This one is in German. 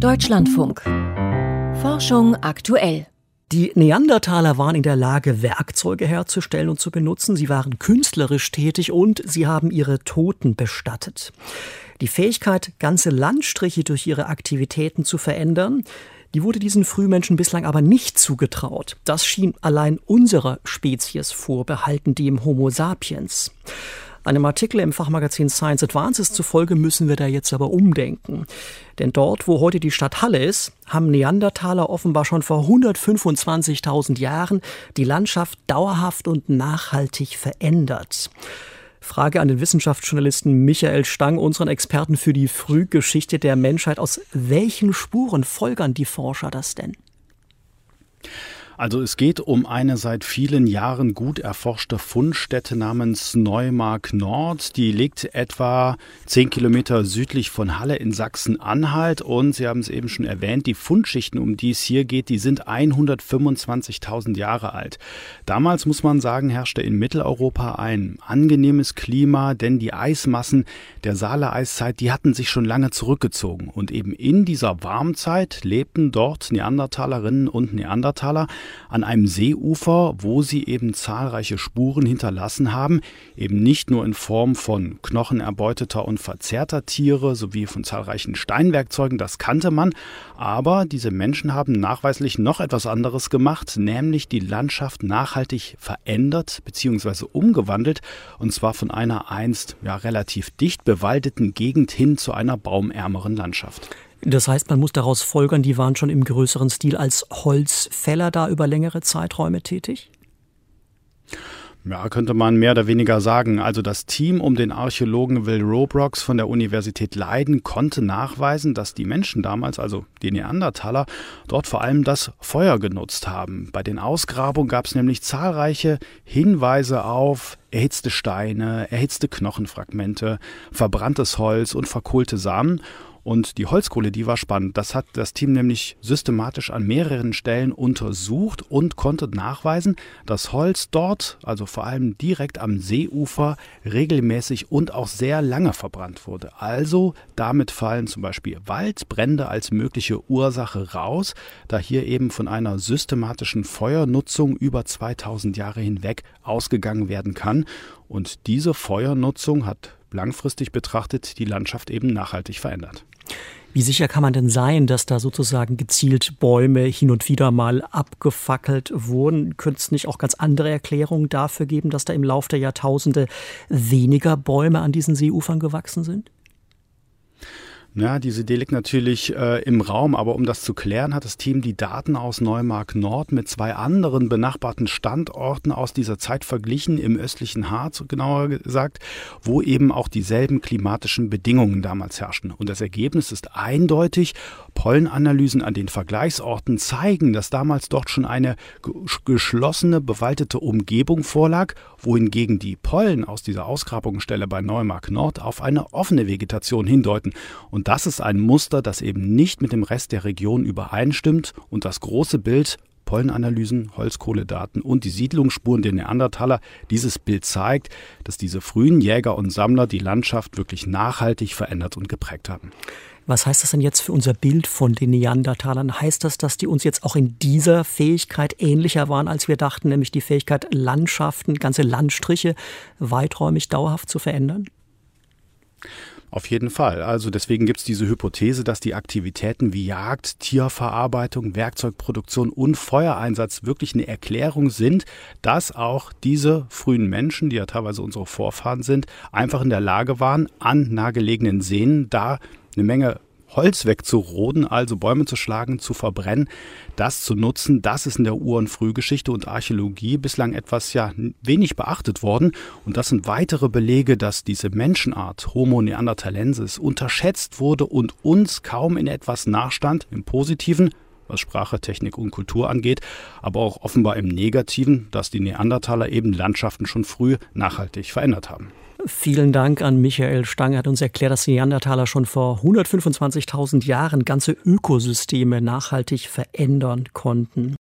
Deutschlandfunk. Forschung aktuell. Die Neandertaler waren in der Lage, Werkzeuge herzustellen und zu benutzen. Sie waren künstlerisch tätig und sie haben ihre Toten bestattet. Die Fähigkeit, ganze Landstriche durch ihre Aktivitäten zu verändern, die wurde diesen Frühmenschen bislang aber nicht zugetraut. Das schien allein unserer Spezies vorbehalten, dem Homo sapiens. Einem Artikel im Fachmagazin Science Advances zufolge müssen wir da jetzt aber umdenken. Denn dort, wo heute die Stadt Halle ist, haben Neandertaler offenbar schon vor 125.000 Jahren die Landschaft dauerhaft und nachhaltig verändert. Frage an den Wissenschaftsjournalisten Michael Stang, unseren Experten für die Frühgeschichte der Menschheit. Aus welchen Spuren folgern die Forscher das denn? Also es geht um eine seit vielen Jahren gut erforschte Fundstätte namens Neumark Nord. Die liegt etwa 10 Kilometer südlich von Halle in Sachsen-Anhalt. Und Sie haben es eben schon erwähnt, die Fundschichten, um die es hier geht, die sind 125.000 Jahre alt. Damals, muss man sagen, herrschte in Mitteleuropa ein angenehmes Klima, denn die Eismassen der Saale-Eiszeit, die hatten sich schon lange zurückgezogen. Und eben in dieser Warmzeit lebten dort Neandertalerinnen und Neandertaler an einem Seeufer, wo sie eben zahlreiche Spuren hinterlassen haben, eben nicht nur in Form von Knochen erbeuteter und verzehrter Tiere sowie von zahlreichen Steinwerkzeugen, das kannte man, aber diese Menschen haben nachweislich noch etwas anderes gemacht, nämlich die Landschaft nachhaltig verändert bzw. umgewandelt, und zwar von einer einst relativ dicht bewaldeten Gegend hin zu einer baumärmeren Landschaft. Das heißt, man muss daraus folgern, die waren schon im größeren Stil als Holzfäller da über längere Zeiträume tätig? Ja, könnte man mehr oder weniger sagen. Also das Team um den Archäologen Will Robrocks von der Universität Leiden konnte nachweisen, dass die Menschen damals, also die Neandertaler, dort vor allem das Feuer genutzt haben. Bei den Ausgrabungen gab es nämlich zahlreiche Hinweise auf erhitzte Steine, erhitzte Knochenfragmente, verbranntes Holz und verkohlte Samen. Und die Holzkohle, die war spannend. Das hat das Team nämlich systematisch an mehreren Stellen untersucht und konnte nachweisen, dass Holz dort, also vor allem direkt am Seeufer, regelmäßig und auch sehr lange verbrannt wurde. Also damit fallen zum Beispiel Waldbrände als mögliche Ursache raus, da hier eben von einer systematischen Feuernutzung über 2000 Jahre hinweg ausgegangen werden kann. Und diese Feuernutzung hat langfristig betrachtet die Landschaft eben nachhaltig verändert. Wie sicher kann man denn sein, dass da sozusagen gezielt Bäume hin und wieder mal abgefackelt wurden? Könnte es nicht auch ganz andere Erklärungen dafür geben, dass da im Laufe der Jahrtausende weniger Bäume an diesen Seeufern gewachsen sind? Ja, diese Idee liegt natürlich im Raum, aber um das zu klären, hat das Team die Daten aus Neumark Nord mit 2 anderen benachbarten Standorten aus dieser Zeit verglichen, im östlichen Harz genauer gesagt, wo eben auch dieselben klimatischen Bedingungen damals herrschten. Und das Ergebnis ist eindeutig. Pollenanalysen an den Vergleichsorten zeigen, dass damals dort schon eine geschlossene, bewaldete Umgebung vorlag, wohingegen die Pollen aus dieser Ausgrabungsstelle bei Neumark Nord auf eine offene Vegetation hindeuten. Und das ist ein Muster, das eben nicht mit dem Rest der Region übereinstimmt. Und das große Bild, Pollenanalysen, Holzkohledaten und die Siedlungsspuren der Neandertaler, dieses Bild zeigt, dass diese frühen Jäger und Sammler die Landschaft wirklich nachhaltig verändert und geprägt haben. Was heißt das denn jetzt für unser Bild von den Neandertalern? Heißt das, dass die uns jetzt auch in dieser Fähigkeit ähnlicher waren, als wir dachten, nämlich die Fähigkeit, Landschaften, ganze Landstriche weiträumig dauerhaft zu verändern? Auf jeden Fall. Also deswegen gibt es diese Hypothese, dass die Aktivitäten wie Jagd, Tierverarbeitung, Werkzeugproduktion und Feuereinsatz wirklich eine Erklärung sind, dass auch diese frühen Menschen, die ja teilweise unsere Vorfahren sind, einfach in der Lage waren, an nahegelegenen Seen da eine Menge Holz wegzuroden, also Bäume zu schlagen, zu verbrennen, das zu nutzen. Das ist in der Ur- und Frühgeschichte und Archäologie bislang etwas wenig beachtet worden. Und das sind weitere Belege, dass diese Menschenart Homo neanderthalensis unterschätzt wurde und uns kaum in etwas nachstand, im Positiven, was Sprache, Technik und Kultur angeht, aber auch offenbar im Negativen, dass die Neandertaler eben Landschaften schon früh nachhaltig verändert haben. Vielen Dank an Michael Stang. Er hat uns erklärt, dass die Neandertaler schon vor 125.000 Jahren ganze Ökosysteme nachhaltig verändern konnten.